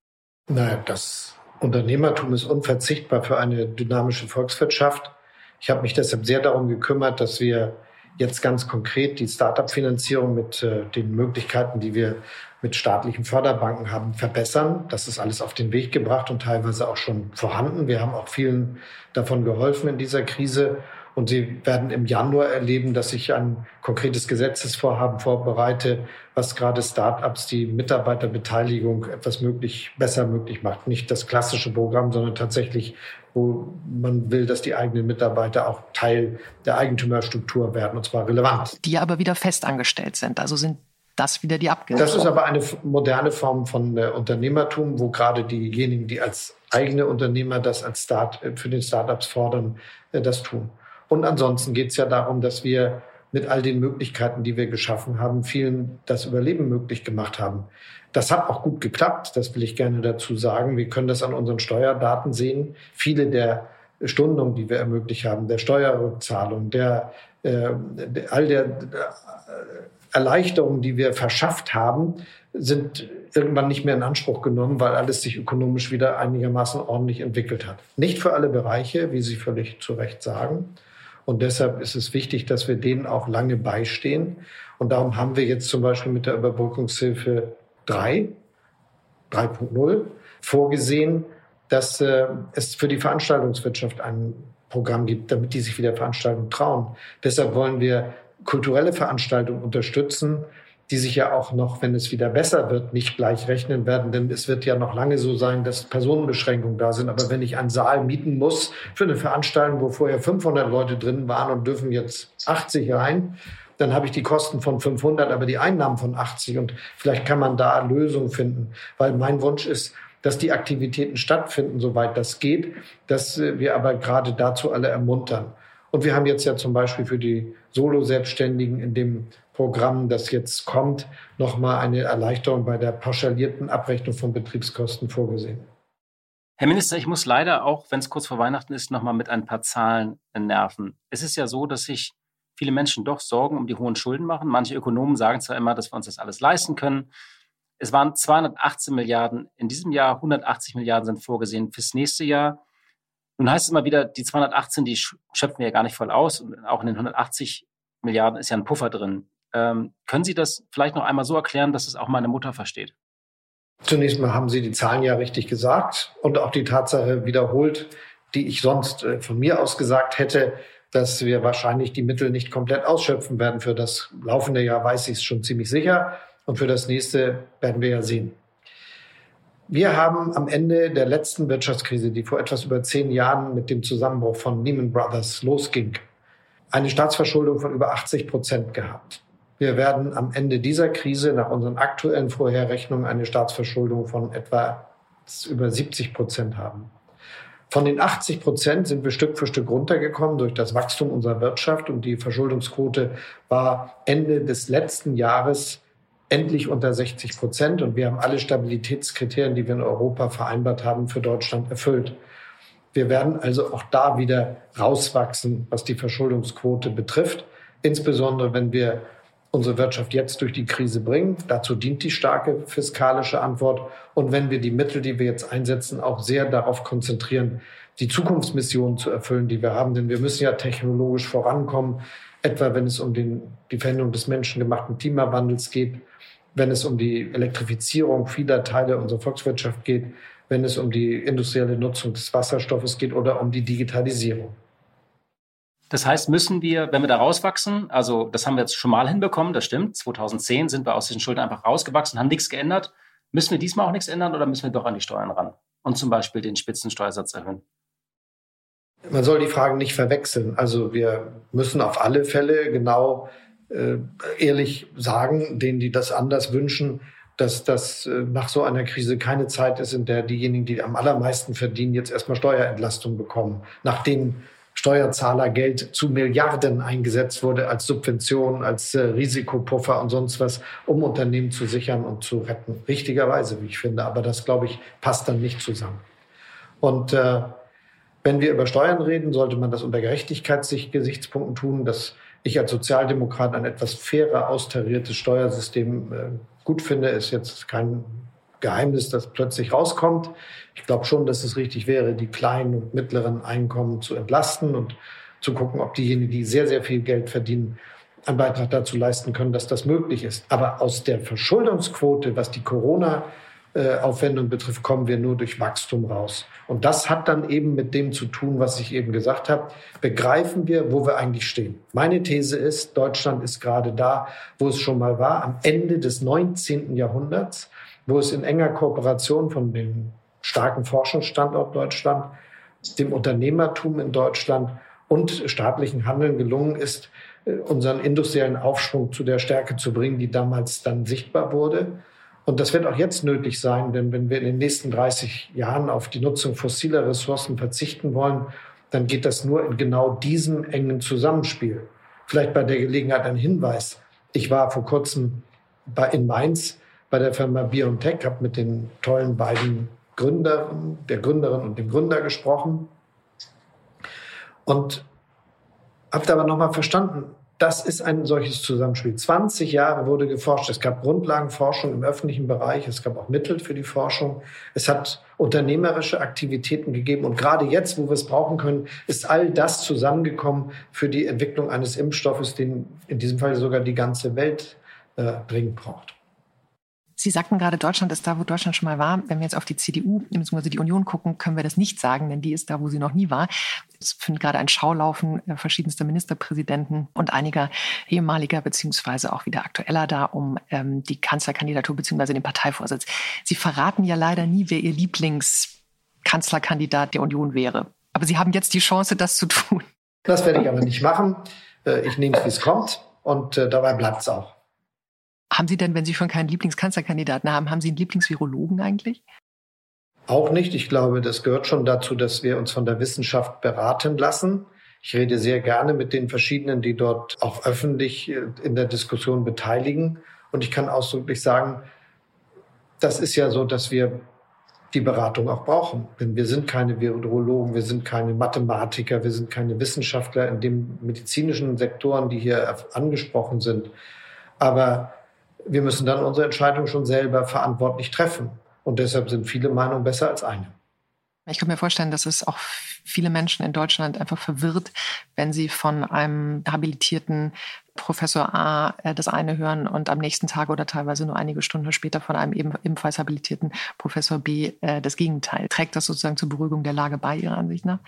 Naja, das Unternehmertum ist unverzichtbar für eine dynamische Volkswirtschaft. Ich habe mich deshalb sehr darum gekümmert, dass wir jetzt ganz konkret die Start-up-Finanzierung mit äh, den Möglichkeiten, die wir mit staatlichen Förderbanken haben, verbessern. Das ist alles auf den Weg gebracht und teilweise auch schon vorhanden. Wir haben auch vielen davon geholfen in dieser Krise. Und Sie werden im Januar erleben, dass ich ein konkretes Gesetzesvorhaben vorbereite, was gerade Start-ups die Mitarbeiterbeteiligung etwas möglich, besser möglich macht. Nicht das klassische Programm, sondern tatsächlich, wo man will, dass die eigenen Mitarbeiter auch Teil der Eigentümerstruktur werden, und zwar relevant. Die aber wieder festangestellt sind, also sind das wieder die Abgeltung. Das ist aber eine moderne Form von äh, Unternehmertum, wo gerade diejenigen, die als eigene Unternehmer das als Start, für den Start-ups fordern, äh, das tun. Und ansonsten geht es ja darum, dass wir mit all den Möglichkeiten, die wir geschaffen haben, vielen das Überleben möglich gemacht haben. Das hat auch gut geklappt, das will ich gerne dazu sagen. Wir können das an unseren Steuerdaten sehen. Viele der Stundungen, die wir ermöglicht haben, der Steuerrückzahlung, der, äh, der all der äh, Erleichterungen, die wir verschafft haben, sind irgendwann nicht mehr in Anspruch genommen, weil alles sich ökonomisch wieder einigermaßen ordentlich entwickelt hat. Nicht für alle Bereiche, wie Sie völlig zu Recht sagen. Und deshalb ist es wichtig, dass wir denen auch lange beistehen. Und darum haben wir jetzt zum Beispiel mit der Überbrückungshilfe drei, drei Punkt null vorgesehen, dass äh, es für die Veranstaltungswirtschaft ein Programm gibt, damit die sich wieder Veranstaltungen trauen. Deshalb wollen wir kulturelle Veranstaltungen unterstützen, die sich ja auch noch, wenn es wieder besser wird, nicht gleich rechnen werden. Denn es wird ja noch lange so sein, dass Personenbeschränkungen da sind. Aber wenn ich einen Saal mieten muss für eine Veranstaltung, wo vorher fünfhundert Leute drin waren und dürfen jetzt achtzig rein, dann habe ich die Kosten von fünfhundert, aber die Einnahmen von achtzig. Und vielleicht kann man da Lösungen finden. Weil mein Wunsch ist, dass die Aktivitäten stattfinden, soweit das geht, dass wir aber gerade dazu alle ermuntern. Und wir haben jetzt ja zum Beispiel für die Solo-Selbstständigen in dem Programm, das jetzt kommt, nochmal eine Erleichterung bei der pauschalierten Abrechnung von Betriebskosten vorgesehen. Herr Minister, ich muss leider auch, wenn es kurz vor Weihnachten ist, nochmal mit ein paar Zahlen nerven. Es ist ja so, dass sich viele Menschen doch Sorgen um die hohen Schulden machen. Manche Ökonomen sagen zwar immer, dass wir uns das alles leisten können. Es waren zweihundertachtzehn Milliarden in diesem Jahr, hundertachtzig Milliarden sind vorgesehen fürs nächste Jahr. Nun heißt es immer wieder, die zweihundertachtzehn, die schöpfen wir ja gar nicht voll aus. Und auch in den hundertachtzig Milliarden ist ja ein Puffer drin. Ähm, können Sie das vielleicht noch einmal so erklären, dass es auch meine Mutter versteht? Zunächst mal haben Sie die Zahlen ja richtig gesagt und auch die Tatsache wiederholt, die ich sonst äh, von mir aus gesagt hätte, dass wir wahrscheinlich die Mittel nicht komplett ausschöpfen werden. Für das laufende Jahr weiß ich es schon ziemlich sicher und für das nächste werden wir ja sehen. Wir haben am Ende der letzten Wirtschaftskrise, die vor etwas über zehn Jahren mit dem Zusammenbruch von Lehman Brothers losging, eine Staatsverschuldung von über achtzig Prozent gehabt. Wir werden am Ende dieser Krise nach unseren aktuellen Vorherrechnungen eine Staatsverschuldung von etwa über siebzig Prozent haben. Von den achtzig Prozent sind wir Stück für Stück runtergekommen durch das Wachstum unserer Wirtschaft und die Verschuldungsquote war Ende des letzten Jahres endlich unter sechzig Prozent und wir haben alle Stabilitätskriterien, die wir in Europa vereinbart haben, für Deutschland erfüllt. Wir werden also auch da wieder rauswachsen, was die Verschuldungsquote betrifft, insbesondere wenn wir unsere Wirtschaft jetzt durch die Krise bringen. Dazu dient die starke fiskalische Antwort. Und wenn wir die Mittel, die wir jetzt einsetzen, auch sehr darauf konzentrieren, die Zukunftsmissionen zu erfüllen, die wir haben. Denn wir müssen ja technologisch vorankommen, etwa wenn es um den, die Verhinderung des menschengemachten Klimawandels geht, wenn es um die Elektrifizierung vieler Teile unserer Volkswirtschaft geht, wenn es um die industrielle Nutzung des Wasserstoffes geht oder um die Digitalisierung. Das heißt, müssen wir, wenn wir da rauswachsen, also das haben wir jetzt schon mal hinbekommen, das stimmt, zweitausendzehn sind wir aus diesen Schulden einfach rausgewachsen, haben nichts geändert. Müssen wir diesmal auch nichts ändern oder müssen wir doch an die Steuern ran und zum Beispiel den Spitzensteuersatz erhöhen? Man soll die Fragen nicht verwechseln. Also wir müssen auf alle Fälle genau äh, ehrlich sagen, denen, die das anders wünschen, dass das äh, nach so einer Krise keine Zeit ist, in der diejenigen, die am allermeisten verdienen, jetzt erstmal Steuerentlastung bekommen, nachdem Steuerzahlergeld zu Milliarden eingesetzt wurde als Subvention, als äh, Risikopuffer und sonst was, um Unternehmen zu sichern und zu retten. Richtigerweise, wie ich finde. Aber das, glaube ich, passt dann nicht zusammen. Und äh, wenn wir über Steuern reden, sollte man das unter Gerechtigkeitsgesichtspunkten tun, dass ich als Sozialdemokrat ein etwas fairer, austariertes Steuersystem äh, gut finde, ist jetzt kein Geheimnis, das plötzlich rauskommt. Ich glaube schon, dass es richtig wäre, die kleinen und mittleren Einkommen zu entlasten und zu gucken, ob diejenigen, die sehr, sehr viel Geld verdienen, einen Beitrag dazu leisten können, dass das möglich ist. Aber aus der Verschuldungsquote, was die Corona-Aufwendung betrifft, kommen wir nur durch Wachstum raus. Und das hat dann eben mit dem zu tun, was ich eben gesagt habe. Begreifen wir, wo wir eigentlich stehen. Meine These ist, Deutschland ist gerade da, wo es schon mal war, am Ende des neunzehnten Jahrhunderts, wo es in enger Kooperation von dem starken Forschungsstandort Deutschland, dem Unternehmertum in Deutschland und staatlichen Handeln gelungen ist, unseren industriellen Aufschwung zu der Stärke zu bringen, die damals dann sichtbar wurde. Und das wird auch jetzt nötig sein, denn wenn wir in den nächsten dreißig Jahren auf die Nutzung fossiler Ressourcen verzichten wollen, dann geht das nur in genau diesem engen Zusammenspiel Vielleicht bei der Gelegenheit ein Hinweis. Ich war vor kurzem bei, in Mainz bei der Firma BioNTech, habe mit den tollen beiden Gründern, der Gründerin und dem Gründer gesprochen und habe aber nochmal verstanden, das ist ein solches Zusammenspiel. zwanzig Jahre wurde geforscht. Es gab Grundlagenforschung im öffentlichen Bereich. Es gab auch Mittel für die Forschung. Es hat unternehmerische Aktivitäten gegeben. Und gerade jetzt, wo wir es brauchen können, ist all das zusammengekommen für die Entwicklung eines Impfstoffes, den in diesem Fall sogar die ganze Welt äh, dringend braucht. Sie sagten gerade, Deutschland ist da, wo Deutschland schon mal war. Wenn wir jetzt auf die C D U bzw. die Union gucken, können wir das nicht sagen, denn die ist da, wo sie noch nie war. Es findet gerade ein Schaulaufen verschiedenster Ministerpräsidenten und einiger ehemaliger bzw. auch wieder aktueller da um ähm, die Kanzlerkandidatur bzw. den Parteivorsitz. Sie verraten ja leider nie, wer Ihr Lieblingskanzlerkandidat der Union wäre. Aber Sie haben jetzt die Chance, das zu tun. Das werde ich aber nicht machen. Ich nehme es, wie es kommt und dabei bleibt es auch. Haben Sie denn, wenn Sie schon keinen Lieblingskanzlerkandidaten haben, haben Sie einen Lieblingsvirologen eigentlich? Auch nicht. Ich glaube, das gehört schon dazu, dass wir uns von der Wissenschaft beraten lassen. Ich rede sehr gerne mit den verschiedenen, die dort auch öffentlich in der Diskussion beteiligen. Und ich kann ausdrücklich sagen, das ist ja so, dass wir die Beratung auch brauchen. Denn wir sind keine Virologen, wir sind keine Mathematiker, wir sind keine Wissenschaftler in den medizinischen Sektoren, die hier angesprochen sind. Aber wir müssen dann unsere Entscheidung schon selber verantwortlich treffen. Und deshalb sind viele Meinungen besser als eine. Ich kann mir vorstellen, dass es auch viele Menschen in Deutschland einfach verwirrt, wenn sie von einem habilitierten Professor A das eine hören und am nächsten Tag oder teilweise nur einige Stunden später von einem ebenfalls habilitierten Professor B das Gegenteil. Trägt das sozusagen zur Beruhigung der Lage bei, Ihrer Ansicht nach?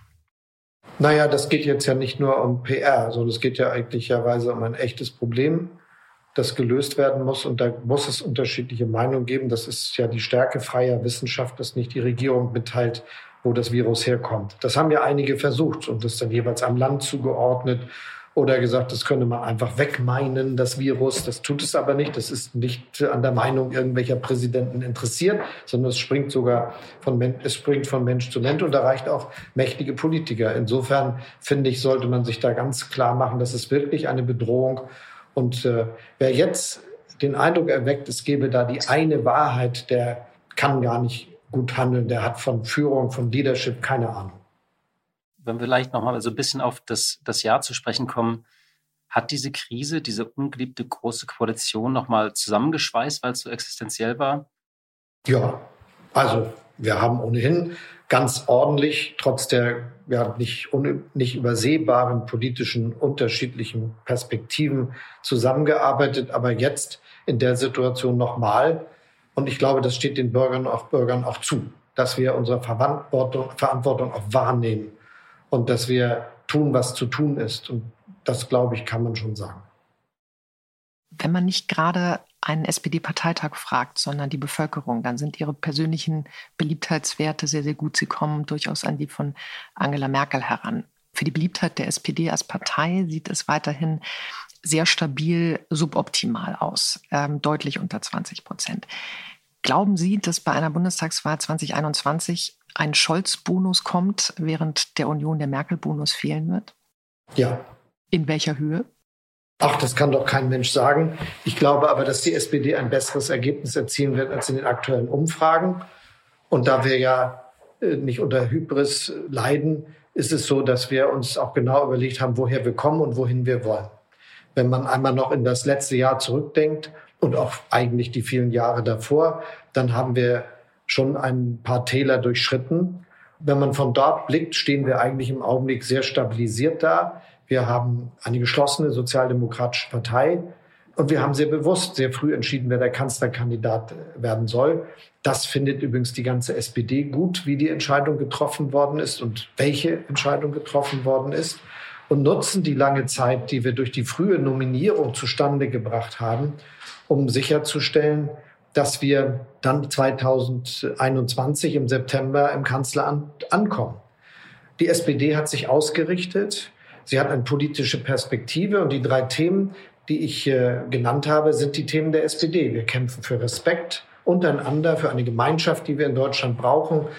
Naja, das geht jetzt ja nicht nur um P R, sondern es geht ja eigentlicherweise um ein echtes Problem, das gelöst werden muss. Und da muss es unterschiedliche Meinungen geben. Das ist ja die Stärke freier Wissenschaft, dass nicht die Regierung mitteilt, wo das Virus herkommt. Das haben ja einige versucht und das dann jeweils einem Land zugeordnet oder gesagt, das könne man einfach wegmeinen, das Virus. Das tut es aber nicht. Das ist nicht an der Meinung irgendwelcher Präsidenten interessiert, sondern es springt sogar von, es springt von Mensch zu Mensch und erreicht auch mächtige Politiker. Insofern, finde ich, sollte man sich da ganz klar machen, das ist wirklich eine Bedrohung. Und äh, wer jetzt den Eindruck erweckt, es gäbe da die eine Wahrheit, der kann gar nicht gut handeln. Der hat von Führung, von Leadership keine Ahnung. Wenn wir vielleicht noch mal so ein bisschen auf das, das Jahr zu sprechen kommen, hat diese Krise, diese ungeliebte große Koalition noch mal zusammengeschweißt, weil es so existenziell war? Ja, also wir haben ohnehin ganz ordentlich, trotz der ja, nicht, un, nicht übersehbaren politischen unterschiedlichen Perspektiven zusammengearbeitet, aber jetzt in der Situation nochmal. Und ich glaube, das steht den Bürgerinnen und Bürgern auch zu, dass wir unsere Verantwortung, Verantwortung auch wahrnehmen und dass wir tun, was zu tun ist. Und das, glaube ich, kann man schon sagen. Wenn man nicht gerade einen S P D-Parteitag fragt, sondern die Bevölkerung, dann sind Ihre persönlichen Beliebtheitswerte sehr, sehr gut. Sie kommen durchaus an die von Angela Merkel heran. Für die Beliebtheit der S P D als Partei sieht es weiterhin sehr stabil suboptimal aus, ähm, deutlich unter zwanzig Prozent. Glauben Sie, dass bei einer Bundestagswahl zwanzig einundzwanzig ein Scholz-Bonus kommt, während der Union der Merkel-Bonus fehlen wird? Ja. In welcher Höhe? Ach, das kann doch kein Mensch sagen. Ich glaube aber, dass die S P D ein besseres Ergebnis erzielen wird als in den aktuellen Umfragen. Und da wir ja nicht unter Hybris leiden, ist es so, dass wir uns auch genau überlegt haben, woher wir kommen und wohin wir wollen. Wenn man einmal noch in das letzte Jahr zurückdenkt und auch eigentlich die vielen Jahre davor, dann haben wir schon ein paar Täler durchschritten. Wenn man von dort blickt, stehen wir eigentlich im Augenblick sehr stabilisiert da. Wir haben eine geschlossene sozialdemokratische Partei und wir haben sehr bewusst, sehr früh entschieden, wer der Kanzlerkandidat werden soll. Das findet übrigens die ganze S P D gut, wie die Entscheidung getroffen worden ist und welche Entscheidung getroffen worden ist und nutzen die lange Zeit, die wir durch die frühe Nominierung zustande gebracht haben, um sicherzustellen, dass wir dann zweitausendeinundzwanzig im September im Kanzleramt ankommen. Die S P D hat sich ausgerichtet. Sie hat eine politische Perspektive und die drei Themen, die ich äh, genannt habe, sind die Themen der S P D. Wir kämpfen für Respekt untereinander, für eine Gemeinschaft, die wir in Deutschland brauchen.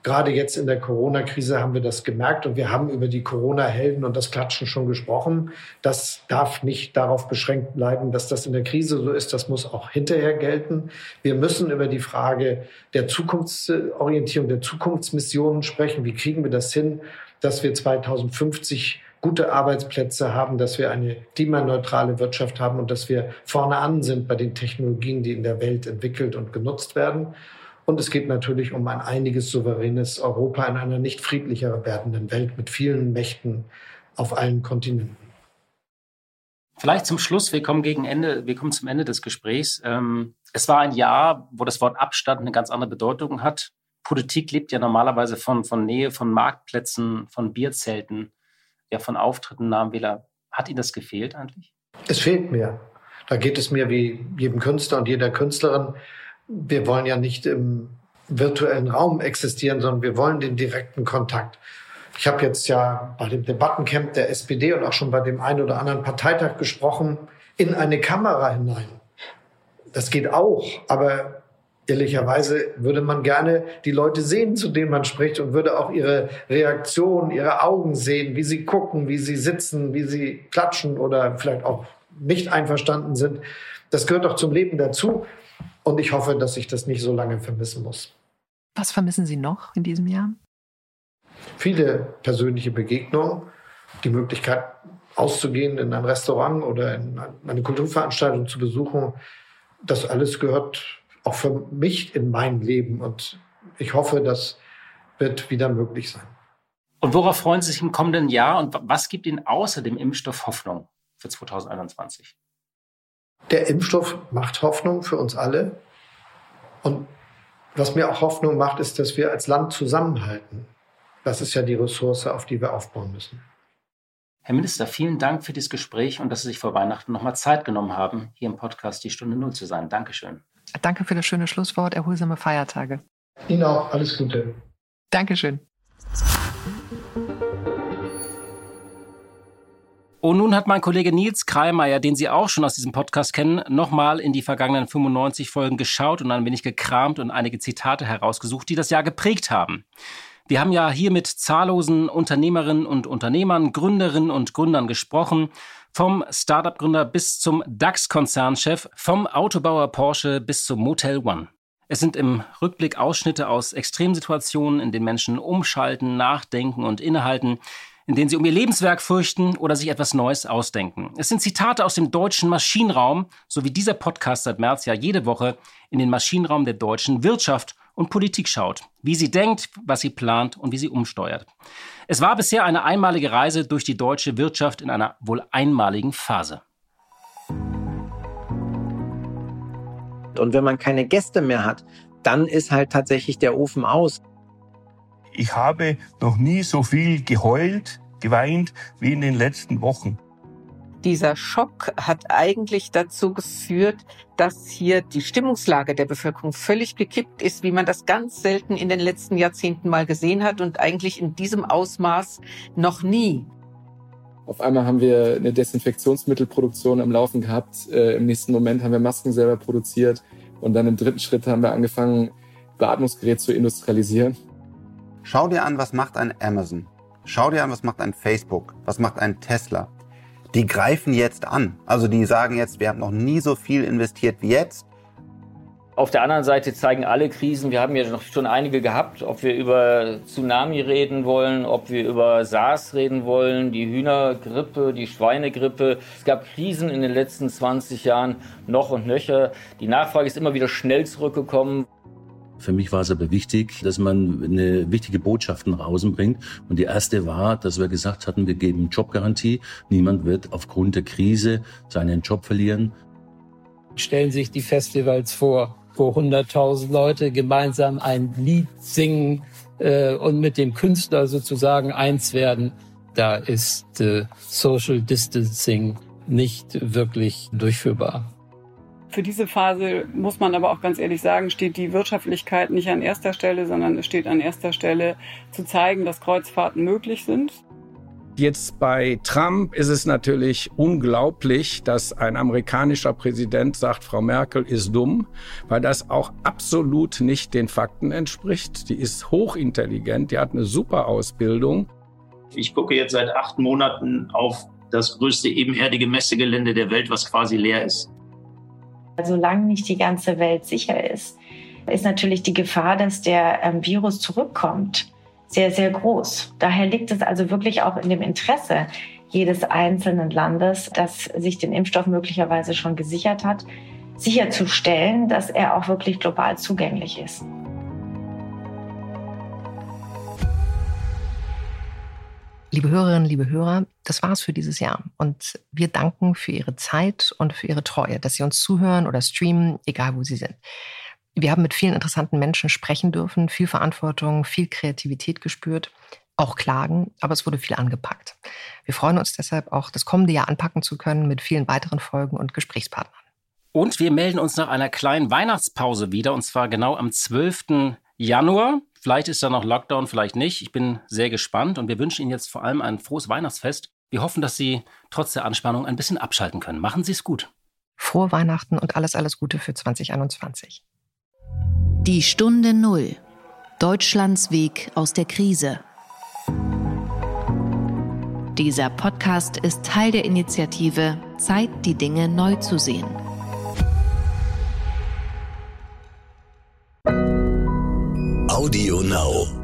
Gerade jetzt in der Corona-Krise haben wir das gemerkt und wir haben über die Corona-Helden und das Klatschen schon gesprochen. Das darf nicht darauf beschränkt bleiben, dass das in der Krise so ist. Das muss auch hinterher gelten. Wir müssen über die Frage der Zukunftsorientierung, der Zukunftsmissionen sprechen. Wie kriegen wir das hin, dass wir zweitausendfünfzig gute Arbeitsplätze haben, dass wir eine klimaneutrale Wirtschaft haben und dass wir vorne an sind bei den Technologien, die in der Welt entwickelt und genutzt werden. Und es geht natürlich um ein einiges souveränes Europa in einer nicht friedlicher werdenden Welt mit vielen Mächten auf allen Kontinenten. Vielleicht zum Schluss, wir kommen gegen Ende, wir kommen zum Ende des Gesprächs. Ähm, es war ein Jahr, wo das Wort Abstand eine ganz andere Bedeutung hat. Politik lebt ja normalerweise von, von Nähe, von Marktplätzen, von Bierzelten, ja von Auftritten nahen Wähler. Hat Ihnen das gefehlt eigentlich? Es fehlt mir. Da geht es mir wie jedem Künstler und jeder Künstlerin. Wir wollen ja nicht im virtuellen Raum existieren, sondern wir wollen den direkten Kontakt. Ich habe jetzt ja bei dem Debattencamp der S P D und auch schon bei dem einen oder anderen Parteitag gesprochen, in eine Kamera hinein. Das geht auch, aber ehrlicherweise würde man gerne die Leute sehen, zu denen man spricht und würde auch ihre Reaktion, ihre Augen sehen, wie sie gucken, wie sie sitzen, wie sie klatschen oder vielleicht auch nicht einverstanden sind. Das gehört doch zum Leben dazu. Und ich hoffe, dass ich das nicht so lange vermissen muss. Was vermissen Sie noch in diesem Jahr? Viele persönliche Begegnungen, die Möglichkeit auszugehen in ein Restaurant oder in eine Kulturveranstaltung zu besuchen. Das alles gehört auch für mich in mein Leben. Und ich hoffe, das wird wieder möglich sein. Und worauf freuen Sie sich im kommenden Jahr? Und was gibt Ihnen außer dem Impfstoff Hoffnung für zweitausendeinundzwanzig? Der Impfstoff macht Hoffnung für uns alle. Und was mir auch Hoffnung macht, ist, dass wir als Land zusammenhalten. Das ist ja die Ressource, auf die wir aufbauen müssen. Herr Minister, vielen Dank für dieses Gespräch und dass Sie sich vor Weihnachten nochmal Zeit genommen haben, hier im Podcast Die Stunde Null zu sein. Dankeschön. Danke für das schöne Schlusswort. Erholsame Feiertage. Ihnen auch. Alles Gute. Dankeschön. Und nun hat mein Kollege Nils Kreimeier, den Sie auch schon aus diesem Podcast kennen, nochmal in die vergangenen fünfundneunzig Folgen geschaut und ein wenig gekramt und einige Zitate herausgesucht, die das Jahr geprägt haben. Wir haben ja hier mit zahllosen Unternehmerinnen und Unternehmern, Gründerinnen und Gründern gesprochen, vom Startup-Gründer bis zum DAX-Konzernchef, vom Autobauer Porsche bis zum Motel One. Es sind im Rückblick Ausschnitte aus Extremsituationen, in denen Menschen umschalten, nachdenken und innehalten, in denen sie um ihr Lebenswerk fürchten oder sich etwas Neues ausdenken. Es sind Zitate aus dem deutschen Maschinenraum, so wie dieser Podcast seit März ja jede Woche in den Maschinenraum der deutschen Wirtschaft und Politik schaut. Wie sie denkt, was sie plant und wie sie umsteuert. Es war bisher eine einmalige Reise durch die deutsche Wirtschaft in einer wohl einmaligen Phase. Und wenn man keine Gäste mehr hat, dann ist halt tatsächlich der Ofen aus. Ich habe noch nie so viel geheult, geweint wie in den letzten Wochen. Dieser Schock hat eigentlich dazu geführt, dass hier die Stimmungslage der Bevölkerung völlig gekippt ist, wie man das ganz selten in den letzten Jahrzehnten mal gesehen hat und eigentlich in diesem Ausmaß noch nie. Auf einmal haben wir eine Desinfektionsmittelproduktion am Laufen gehabt. Äh, Im nächsten Moment haben wir Masken selber produziert. Und dann im dritten Schritt haben wir angefangen, Beatmungsgeräte zu industrialisieren. Schau dir an, was macht ein Amazon. Schau dir an, was macht ein Facebook. Was macht ein Tesla. Die greifen jetzt an. Also die sagen jetzt, wir haben noch nie so viel investiert wie jetzt. Auf der anderen Seite zeigen alle Krisen, wir haben ja noch schon einige gehabt, ob wir über Tsunami reden wollen, ob wir über SARS reden wollen, die Hühnergrippe, die Schweinegrippe. Es gab Krisen in den letzten zwanzig Jahren noch und nöcher. Die Nachfrage ist immer wieder schnell zurückgekommen. Für mich war es aber wichtig, dass man eine wichtige Botschaft nach außen bringt. Und die erste war, dass wir gesagt hatten, wir geben Jobgarantie. Niemand wird aufgrund der Krise seinen Job verlieren. Stellen sich die Festivals vor, wo hunderttausend Leute gemeinsam ein Lied singen äh, und mit dem Künstler sozusagen eins werden. Da ist äh, Social Distancing nicht wirklich durchführbar. Für diese Phase muss man aber auch ganz ehrlich sagen, steht die Wirtschaftlichkeit nicht an erster Stelle, sondern es steht an erster Stelle zu zeigen, dass Kreuzfahrten möglich sind. Jetzt bei Trump ist es natürlich unglaublich, dass ein amerikanischer Präsident sagt, Frau Merkel ist dumm, weil das auch absolut nicht den Fakten entspricht. Die ist hochintelligent, die hat eine super Ausbildung. Ich gucke jetzt seit acht Monaten auf das größte ebenerdige Messegelände der Welt, was quasi leer ist. Solange nicht die ganze Welt sicher ist, ist natürlich die Gefahr, dass der ähm, Virus zurückkommt, sehr, sehr groß. Daher liegt es also wirklich auch in dem Interesse jedes einzelnen Landes, das sich den Impfstoff möglicherweise schon gesichert hat, sicherzustellen, dass er auch wirklich global zugänglich ist. Liebe Hörerinnen, liebe Hörer, das war's für dieses Jahr. Und wir danken für Ihre Zeit und für Ihre Treue, dass Sie uns zuhören oder streamen, egal wo Sie sind. Wir haben mit vielen interessanten Menschen sprechen dürfen, viel Verantwortung, viel Kreativität gespürt, auch Klagen, aber es wurde viel angepackt. Wir freuen uns deshalb auch, das kommende Jahr anpacken zu können mit vielen weiteren Folgen und Gesprächspartnern. Und wir melden uns nach einer kleinen Weihnachtspause wieder, und zwar genau am zwölften Januar. Vielleicht ist da noch Lockdown, vielleicht nicht. Ich bin sehr gespannt und wir wünschen Ihnen jetzt vor allem ein frohes Weihnachtsfest. Wir hoffen, dass Sie trotz der Anspannung ein bisschen abschalten können. Machen Sie es gut. Frohe Weihnachten und alles, alles Gute für zwanzig einundzwanzig. Die Stunde Null. Deutschlands Weg aus der Krise. Dieser Podcast ist Teil der Initiative Zeit, die Dinge neu zu sehen. Audio Now.